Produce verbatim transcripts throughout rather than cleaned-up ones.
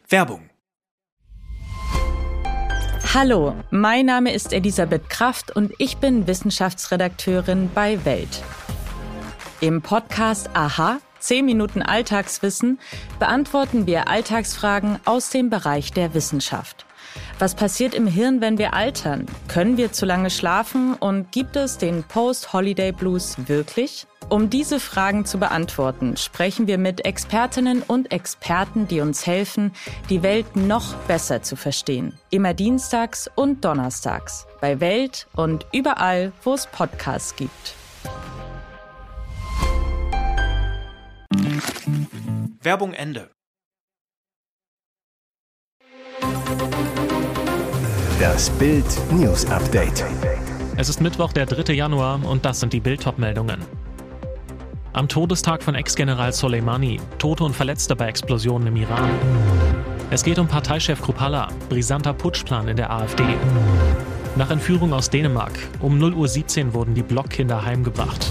Werbung. Hallo, mein Name ist Elisabeth Kraft und ich bin Wissenschaftsredakteurin bei Welt. Im Podcast Aha, zehn Minuten Alltagswissen, beantworten wir Alltagsfragen aus dem Bereich der Wissenschaft. Was passiert im Hirn, wenn wir altern? Können wir zu lange schlafen und gibt es den Post-Holiday Blues wirklich? Um diese Fragen zu beantworten, sprechen wir mit Expertinnen und Experten, die uns helfen, die Welt noch besser zu verstehen. Immer dienstags und donnerstags bei Welt und überall, wo es Podcasts gibt. Werbung Ende. Das Bild News Update. Es ist Mittwoch, der dritte Januar und das sind die Bild-Top-Meldungen. Am Todestag von Ex-General Soleimani, Tote und Verletzte bei Explosionen im Iran. Es geht um Parteichef Kruppalla, brisanter Putschplan in der AfD. Nach Entführung aus Dänemark, um null Uhr siebzehn wurden die Blockkinder heimgebracht.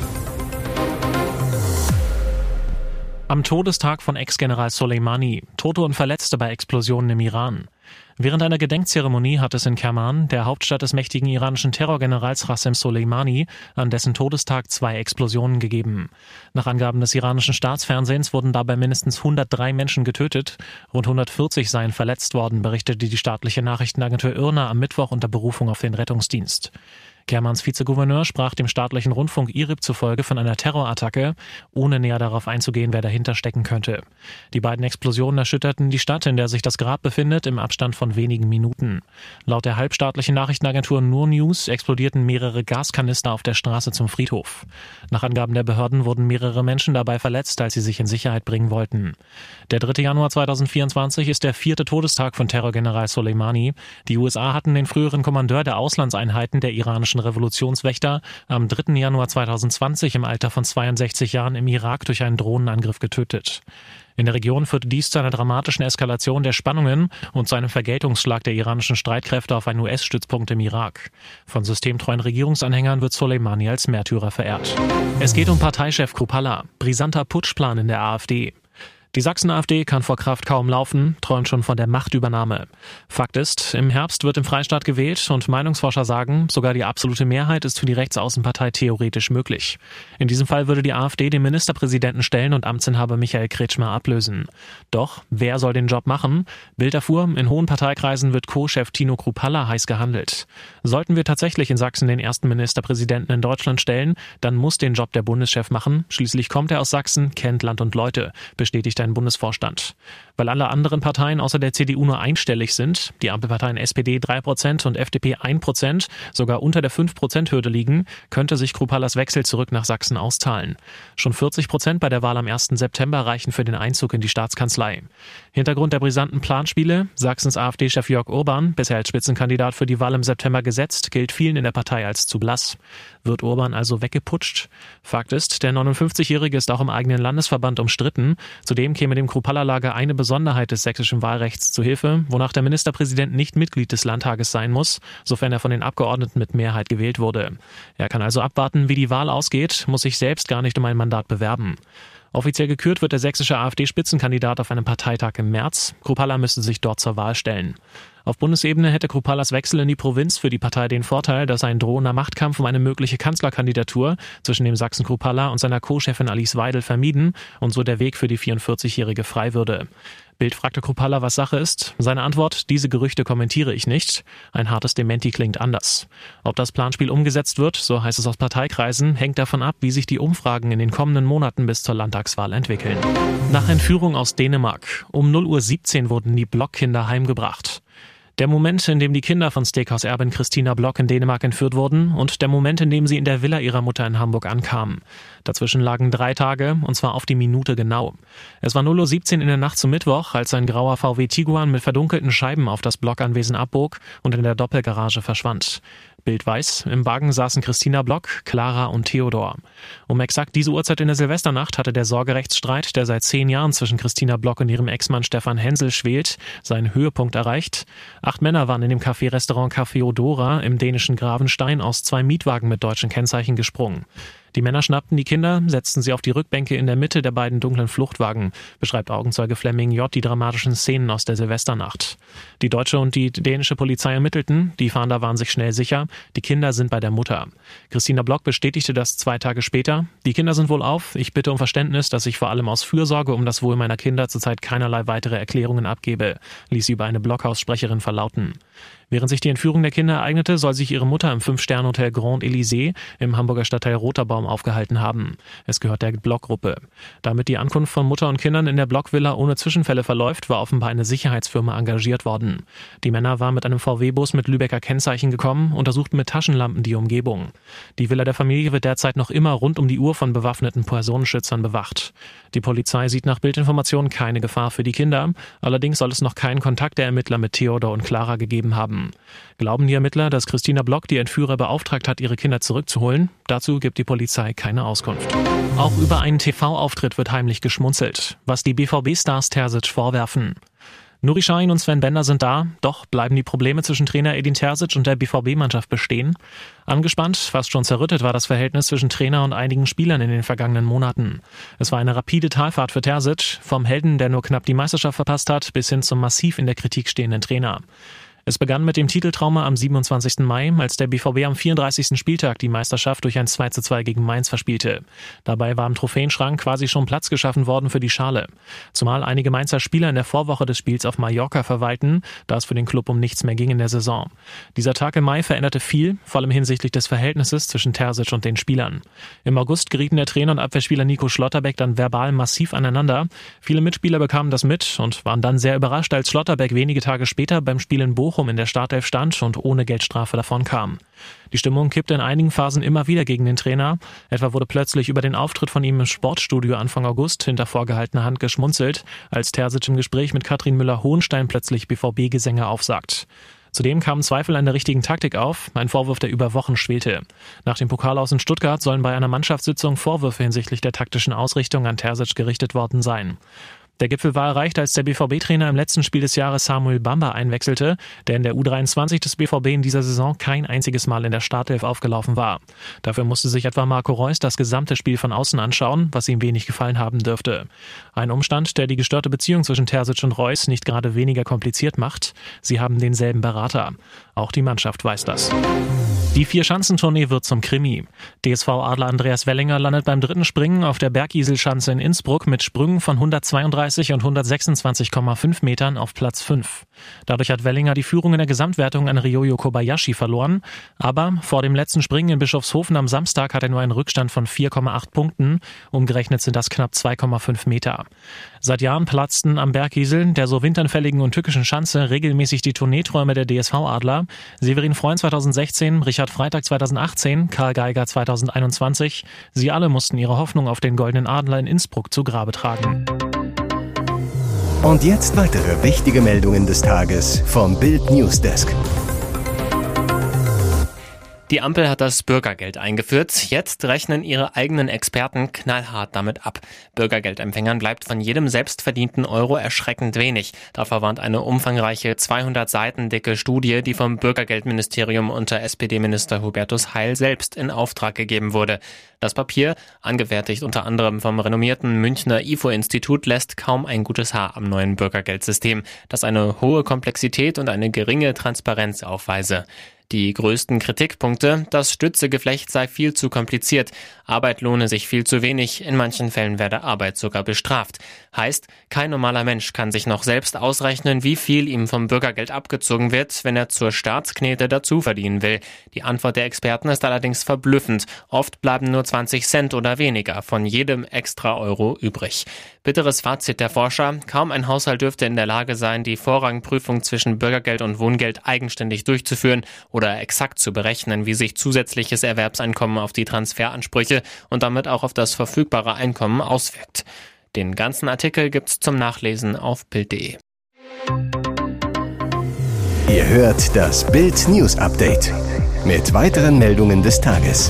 Am Todestag von Ex-General Soleimani, Tote und Verletzte bei Explosionen im Iran. Während einer Gedenkzeremonie hat es in Kerman, der Hauptstadt des mächtigen iranischen Terrorgenerals Qasem Soleimani, an dessen Todestag zwei Explosionen gegeben. Nach Angaben des iranischen Staatsfernsehens wurden dabei mindestens hundertdrei Menschen getötet, rund hundertvierzig seien verletzt worden, berichtete die staatliche Nachrichtenagentur I R N A am Mittwoch unter Berufung auf den Rettungsdienst. Kermans Vizegouverneur sprach dem staatlichen Rundfunk I R I B zufolge von einer Terrorattacke, ohne näher darauf einzugehen, wer dahinter stecken könnte. Die beiden Explosionen erschütterten die Stadt, in der sich das Grab befindet, im Abstand von wenigen Minuten. Laut der halbstaatlichen Nachrichtenagentur Noor News explodierten mehrere Gaskanister auf der Straße zum Friedhof. Nach Angaben der Behörden wurden mehrere Menschen dabei verletzt, als sie sich in Sicherheit bringen wollten. Der dritte Januar zweitausendvierundzwanzig ist der vierte Todestag von Terrorgeneral Soleimani. Die U S A hatten den früheren Kommandeur der Auslandseinheiten der iranischen Revolutionswächter am dritten Januar zweitausendzwanzig im Alter von zweiundsechzig Jahren im Irak durch einen Drohnenangriff getötet. In der Region führte dies zu einer dramatischen Eskalation der Spannungen und zu einem Vergeltungsschlag der iranischen Streitkräfte auf einen U S-Stützpunkt im Irak. Von systemtreuen Regierungsanhängern wird Soleimani als Märtyrer verehrt. Es geht um Parteichef Kruppalla, brisanter Putschplan in der AfD. Die Sachsen-AfD kann vor Kraft kaum laufen, träumt schon von der Machtübernahme. Fakt ist, im Herbst wird im Freistaat gewählt und Meinungsforscher sagen, sogar die absolute Mehrheit ist für die Rechtsaußenpartei theoretisch möglich. In diesem Fall würde die AfD den Ministerpräsidenten stellen und Amtsinhaber Michael Kretschmer ablösen. Doch wer soll den Job machen? Bild erfuhr, in hohen Parteikreisen wird Co-Chef Tino Kruppalla heiß gehandelt. Sollten wir tatsächlich in Sachsen den ersten Ministerpräsidenten in Deutschland stellen, dann muss den Job der Bundeschef machen. Schließlich kommt er aus Sachsen, kennt Land und Leute, bestätigt ein Bundesvorstand. Weil alle anderen Parteien außer der C D U nur einstellig sind, die Ampelparteien S P D drei Prozent und F D P ein Prozent sogar unter der fünf Prozent Hürde liegen, könnte sich Kruppallas Wechsel zurück nach Sachsen auszahlen. Schon vierzig Prozent bei der Wahl am ersten September reichen für den Einzug in die Staatskanzlei. Hintergrund der brisanten Planspiele: Sachsens AfD-Chef Jörg Urban, bisher als Spitzenkandidat für die Wahl im September gesetzt, gilt vielen in der Partei als zu blass. Wird Urban also weggeputscht? Fakt ist, der neunundfünfzigjährige ist auch im eigenen Landesverband umstritten. Zudem käme dem Kruppalla-Lager eine Besonderheit des sächsischen Wahlrechts zu Hilfe, wonach der Ministerpräsident nicht Mitglied des Landtages sein muss, sofern er von den Abgeordneten mit Mehrheit gewählt wurde. Er kann also abwarten, wie die Wahl ausgeht, muss sich selbst gar nicht um ein Mandat bewerben. Offiziell gekürt wird der sächsische AfD-Spitzenkandidat auf einem Parteitag im März. Kruppalla müsste sich dort zur Wahl stellen. Auf Bundesebene hätte Kruppallas Wechsel in die Provinz für die Partei den Vorteil, dass ein drohender Machtkampf um eine mögliche Kanzlerkandidatur zwischen dem Sachsen Kruppalla und seiner Co-Chefin Alice Weidel vermieden und so der Weg für die vierundvierzigjährige frei würde. Bild fragte Kruppalla, was Sache ist. Seine Antwort: Diese Gerüchte kommentiere ich nicht. Ein hartes Dementi klingt anders. Ob das Planspiel umgesetzt wird, so heißt es aus Parteikreisen, hängt davon ab, wie sich die Umfragen in den kommenden Monaten bis zur Landtagswahl entwickeln. Nach Entführung aus Dänemark. Um null Uhr siebzehn wurden die Blockkinder heimgebracht. Der Moment, in dem die Kinder von Steakhouse-Erbin Christina Block in Dänemark entführt wurden und der Moment, in dem sie in der Villa ihrer Mutter in Hamburg ankamen. Dazwischen lagen drei Tage, und zwar auf die Minute genau. Es war null Uhr siebzehn in der Nacht zum Mittwoch, als ein grauer V W Tiguan mit verdunkelten Scheiben auf das Blockanwesen abbog und in der Doppelgarage verschwand. Bild weiß, im Wagen saßen Christina Block, Clara und Theodor. Um exakt diese Uhrzeit in der Silvesternacht hatte der Sorgerechtsstreit, der seit zehn Jahren zwischen Christina Block und ihrem Ex-Mann Stefan Hensel schwelt, seinen Höhepunkt erreicht. Acht Männer waren in dem Café-Restaurant Café Odora im dänischen Gravenstein aus zwei Mietwagen mit deutschen Kennzeichen gesprungen. Die Männer schnappten die Kinder, setzten sie auf die Rückbänke in der Mitte der beiden dunklen Fluchtwagen, beschreibt Augenzeuge Flemming J. die dramatischen Szenen aus der Silvesternacht. Die deutsche und die dänische Polizei ermittelten, die Fahnder waren sich schnell sicher, die Kinder sind bei der Mutter. Christina Block bestätigte das zwei Tage später. Die Kinder sind wohl auf, ich bitte um Verständnis, dass ich vor allem aus Fürsorge um das Wohl meiner Kinder zurzeit keinerlei weitere Erklärungen abgebe, ließ sie über eine Blockhaussprecherin verlauten. Während sich die Entführung der Kinder ereignete, soll sich ihre Mutter im Fünf-Sterne-Hotel Grand Elysée im Hamburger Stadtteil Roterbaum aufgehalten haben. Es gehört der Block-Gruppe. Damit die Ankunft von Mutter und Kindern in der Blockvilla ohne Zwischenfälle verläuft, war offenbar eine Sicherheitsfirma engagiert worden. Die Männer waren mit einem V W-Bus mit Lübecker Kennzeichen gekommen, untersuchten mit Taschenlampen die Umgebung. Die Villa der Familie wird derzeit noch immer rund um die Uhr von bewaffneten Personenschützern bewacht. Die Polizei sieht nach Bildinformationen keine Gefahr für die Kinder. Allerdings soll es noch keinen Kontakt der Ermittler mit Theodor und Clara gegeben haben. Glauben die Ermittler, dass Christina Block die Entführer beauftragt hat, ihre Kinder zurückzuholen? Dazu gibt die Polizei keine Auskunft. Auch über einen T V-Auftritt wird heimlich geschmunzelt, was die B V B-Stars Terzic vorwerfen. Nuri Sahin und Sven Bender sind da, doch bleiben die Probleme zwischen Trainer Edin Terzic und der B V B-Mannschaft bestehen. Angespannt, fast schon zerrüttet war das Verhältnis zwischen Trainer und einigen Spielern in den vergangenen Monaten. Es war eine rapide Talfahrt für Terzic, vom Helden, der nur knapp die Meisterschaft verpasst hat, bis hin zum massiv in der Kritik stehenden Trainer. Es begann mit dem Titeltrauma am siebenundzwanzigsten Mai, als der B V B am vierunddreißigsten Spieltag die Meisterschaft durch ein zwei zu zwei gegen Mainz verspielte. Dabei war im Trophäenschrank quasi schon Platz geschaffen worden für die Schale. Zumal einige Mainzer Spieler in der Vorwoche des Spiels auf Mallorca verweilten, da es für den Club um nichts mehr ging in der Saison. Dieser Tag im Mai veränderte viel, vor allem hinsichtlich des Verhältnisses zwischen Terzic und den Spielern. Im August gerieten der Trainer und Abwehrspieler Nico Schlotterbeck dann verbal massiv aneinander. Viele Mitspieler bekamen das mit und waren dann sehr überrascht, als Schlotterbeck wenige Tage später beim Spiel in Bochum in der Startelf stand und ohne Geldstrafe davon kam. Die Stimmung kippte in einigen Phasen immer wieder gegen den Trainer. Etwa wurde plötzlich über den Auftritt von ihm im Sportstudio Anfang August hinter vorgehaltener Hand geschmunzelt, als Terzic im Gespräch mit Katrin Müller-Hohenstein plötzlich B V B-Gesänge aufsagt. Zudem kamen Zweifel an der richtigen Taktik auf, ein Vorwurf, der über Wochen schwelte. Nach dem Pokal aus in Stuttgart sollen bei einer Mannschaftssitzung Vorwürfe hinsichtlich der taktischen Ausrichtung an Terzic gerichtet worden sein. Der Gipfel war erreicht, als der B V B-Trainer im letzten Spiel des Jahres Samuel Bamba einwechselte, der in der U dreiundzwanzig des B V B in dieser Saison kein einziges Mal in der Startelf aufgelaufen war. Dafür musste sich etwa Marco Reus das gesamte Spiel von außen anschauen, was ihm wenig gefallen haben dürfte. Ein Umstand, der die gestörte Beziehung zwischen Terzic und Reus nicht gerade weniger kompliziert macht. Sie haben denselben Berater. Auch die Mannschaft weiß das. Die Vier-Schanzentournee wird zum Krimi. D S V-Adler Andreas Wellinger landet beim dritten Springen auf der Bergiselschanze in Innsbruck mit Sprüngen von hundertzweiunddreißig und hundertsechsundzwanzig Komma fünf Metern auf Platz fünf. Dadurch hat Wellinger die Führung in der Gesamtwertung an Ryoyo Kobayashi verloren. Aber vor dem letzten Springen in Bischofshofen am Samstag hat er nur einen Rückstand von vier Komma acht Punkten. Umgerechnet sind das knapp zwei Komma fünf Meter. Seit Jahren platzten am Bergisel, der so winternfälligen und tückischen Schanze, regelmäßig die Tourneeträume der D S V-Adler. Severin Freund zweitausendsechzehn, Richard Freitag zweitausendachtzehn, Karl Geiger zweitausendeinundzwanzig. Sie alle mussten ihre Hoffnung auf den Goldenen Adler in Innsbruck zu Grabe tragen. Und jetzt weitere wichtige Meldungen des Tages vom Bild Newsdesk. Die Ampel hat das Bürgergeld eingeführt. Jetzt rechnen ihre eigenen Experten knallhart damit ab. Bürgergeldempfängern bleibt von jedem selbstverdienten Euro erschreckend wenig. Davor warnt eine umfangreiche zweihundert Seiten dicke Studie, die vom Bürgergeldministerium unter S P D-Minister Hubertus Heil selbst in Auftrag gegeben wurde. Das Papier, angefertigt unter anderem vom renommierten Münchner I F O-Institut, lässt kaum ein gutes Haar am neuen Bürgergeldsystem, das eine hohe Komplexität und eine geringe Transparenz aufweise. Die größten Kritikpunkte: Das Stützegeflecht sei viel zu kompliziert, Arbeit lohne sich viel zu wenig, in manchen Fällen werde Arbeit sogar bestraft. Heißt, kein normaler Mensch kann sich noch selbst ausrechnen, wie viel ihm vom Bürgergeld abgezogen wird, wenn er zur Staatsknete dazu verdienen will. Die Antwort der Experten ist allerdings verblüffend. Oft bleiben nur zwanzig Cent oder weniger von jedem extra Euro übrig. Bitteres Fazit der Forscher: Kaum ein Haushalt dürfte in der Lage sein, die Vorrangprüfung zwischen Bürgergeld und Wohngeld eigenständig durchzuführen oder exakt zu berechnen, wie sich zusätzliches Erwerbseinkommen auf die Transferansprüche und damit auch auf das verfügbare Einkommen auswirkt. Den ganzen Artikel gibt's zum Nachlesen auf bild punkt de. Ihr hört das Bild News Update mit weiteren Meldungen des Tages.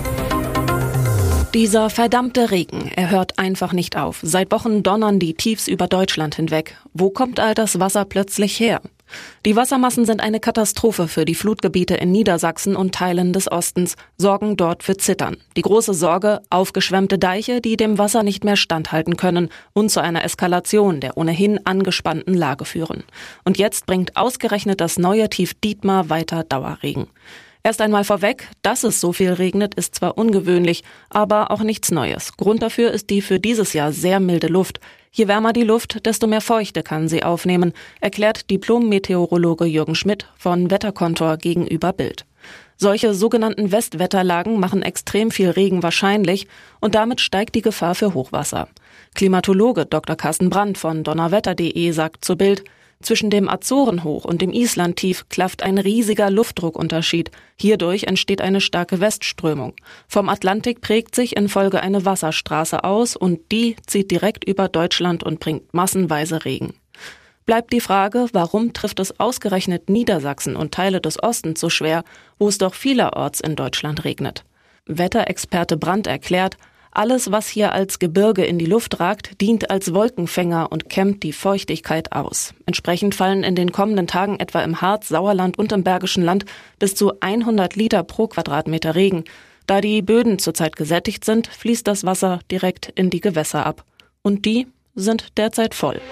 Dieser verdammte Regen, er hört einfach nicht auf. Seit Wochen donnern die Tiefs über Deutschland hinweg. Wo kommt all das Wasser plötzlich her? Die Wassermassen sind eine Katastrophe für die Flutgebiete in Niedersachsen und Teilen des Ostens, sorgen dort für Zittern. Die große Sorge, aufgeschwemmte Deiche, die dem Wasser nicht mehr standhalten können und zu einer Eskalation der ohnehin angespannten Lage führen. Und jetzt bringt ausgerechnet das neue Tief Dietmar weiter Dauerregen. Erst einmal vorweg, dass es so viel regnet, ist zwar ungewöhnlich, aber auch nichts Neues. Grund dafür ist die für dieses Jahr sehr milde Luft. Je wärmer die Luft, desto mehr Feuchte kann sie aufnehmen, erklärt Diplom-Meteorologe Jürgen Schmidt von Wetterkontor gegenüber Bild. Solche sogenannten Westwetterlagen machen extrem viel Regen wahrscheinlich und damit steigt die Gefahr für Hochwasser. Klimatologe Doktor Carsten Brandt von donnerwetter punkt de sagt zu Bild: Zwischen dem Azorenhoch und dem Islandtief klafft ein riesiger Luftdruckunterschied. Hierdurch entsteht eine starke Westströmung. Vom Atlantik prägt sich in Folge eine Wasserstraße aus und die zieht direkt über Deutschland und bringt massenweise Regen. Bleibt die Frage, warum trifft es ausgerechnet Niedersachsen und Teile des Ostens so schwer, wo es doch vielerorts in Deutschland regnet? Wetterexperte Brandt erklärt: Alles, was hier als Gebirge in die Luft ragt, dient als Wolkenfänger und kämmt die Feuchtigkeit aus. Entsprechend fallen in den kommenden Tagen etwa im Harz, Sauerland und im Bergischen Land bis zu hundert Liter pro Quadratmeter Regen. Da die Böden zurzeit gesättigt sind, fließt das Wasser direkt in die Gewässer ab. Und die sind derzeit voll.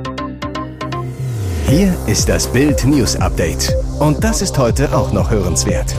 Hier ist das Bild News Update. Und das ist heute auch noch hörenswert.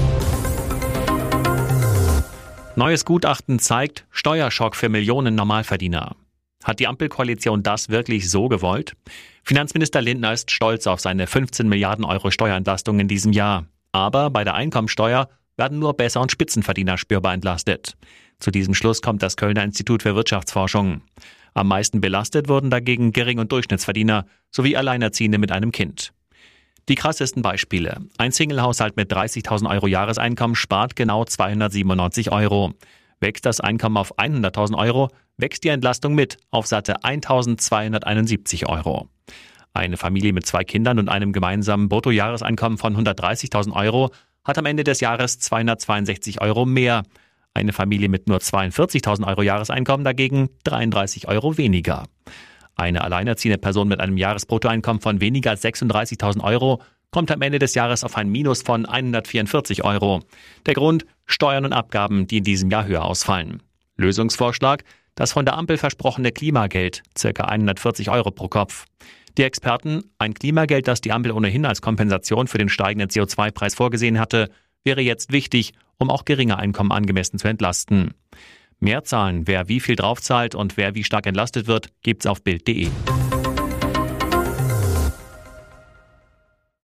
Neues Gutachten zeigt Steuerschock für Millionen Normalverdiener. Hat die Ampelkoalition das wirklich so gewollt? Finanzminister Lindner ist stolz auf seine fünfzehn Milliarden Euro Steuerentlastung in diesem Jahr. Aber bei der Einkommensteuer werden nur Besser- und Spitzenverdiener spürbar entlastet. Zu diesem Schluss kommt das Kölner Institut für Wirtschaftsforschung. Am meisten belastet wurden dagegen Gering- und Durchschnittsverdiener sowie Alleinerziehende mit einem Kind. Die krassesten Beispiele. Ein Singlehaushalt mit dreißigtausend Euro Jahreseinkommen spart genau zweihundertsiebenundneunzig Euro. Wächst das Einkommen auf hunderttausend Euro, wächst die Entlastung mit auf satte eintausendzweihunderteinundsiebzig Euro. Eine Familie mit zwei Kindern und einem gemeinsamen Bruttojahreseinkommen von hundertdreißigtausend Euro hat am Ende des Jahres zweihundertzweiundsechzig Euro mehr. Eine Familie mit nur zweiundvierzigtausend Euro Jahreseinkommen dagegen dreiunddreißig Euro weniger. Eine alleinerziehende Person mit einem Jahresbruttoeinkommen von weniger als sechsunddreißigtausend Euro kommt am Ende des Jahres auf ein Minus von hundertvierundvierzig Euro. Der Grund: Steuern und Abgaben, die in diesem Jahr höher ausfallen. Lösungsvorschlag: das von der Ampel versprochene Klimageld, ca. hundertvierzig Euro pro Kopf. Die Experten: ein Klimageld, das die Ampel ohnehin als Kompensation für den steigenden C O zwei Preis vorgesehen hatte, wäre jetzt wichtig, um auch geringe Einkommen angemessen zu entlasten. Mehr Zahlen, wer wie viel draufzahlt und wer wie stark entlastet wird, gibt's auf bild punkt de.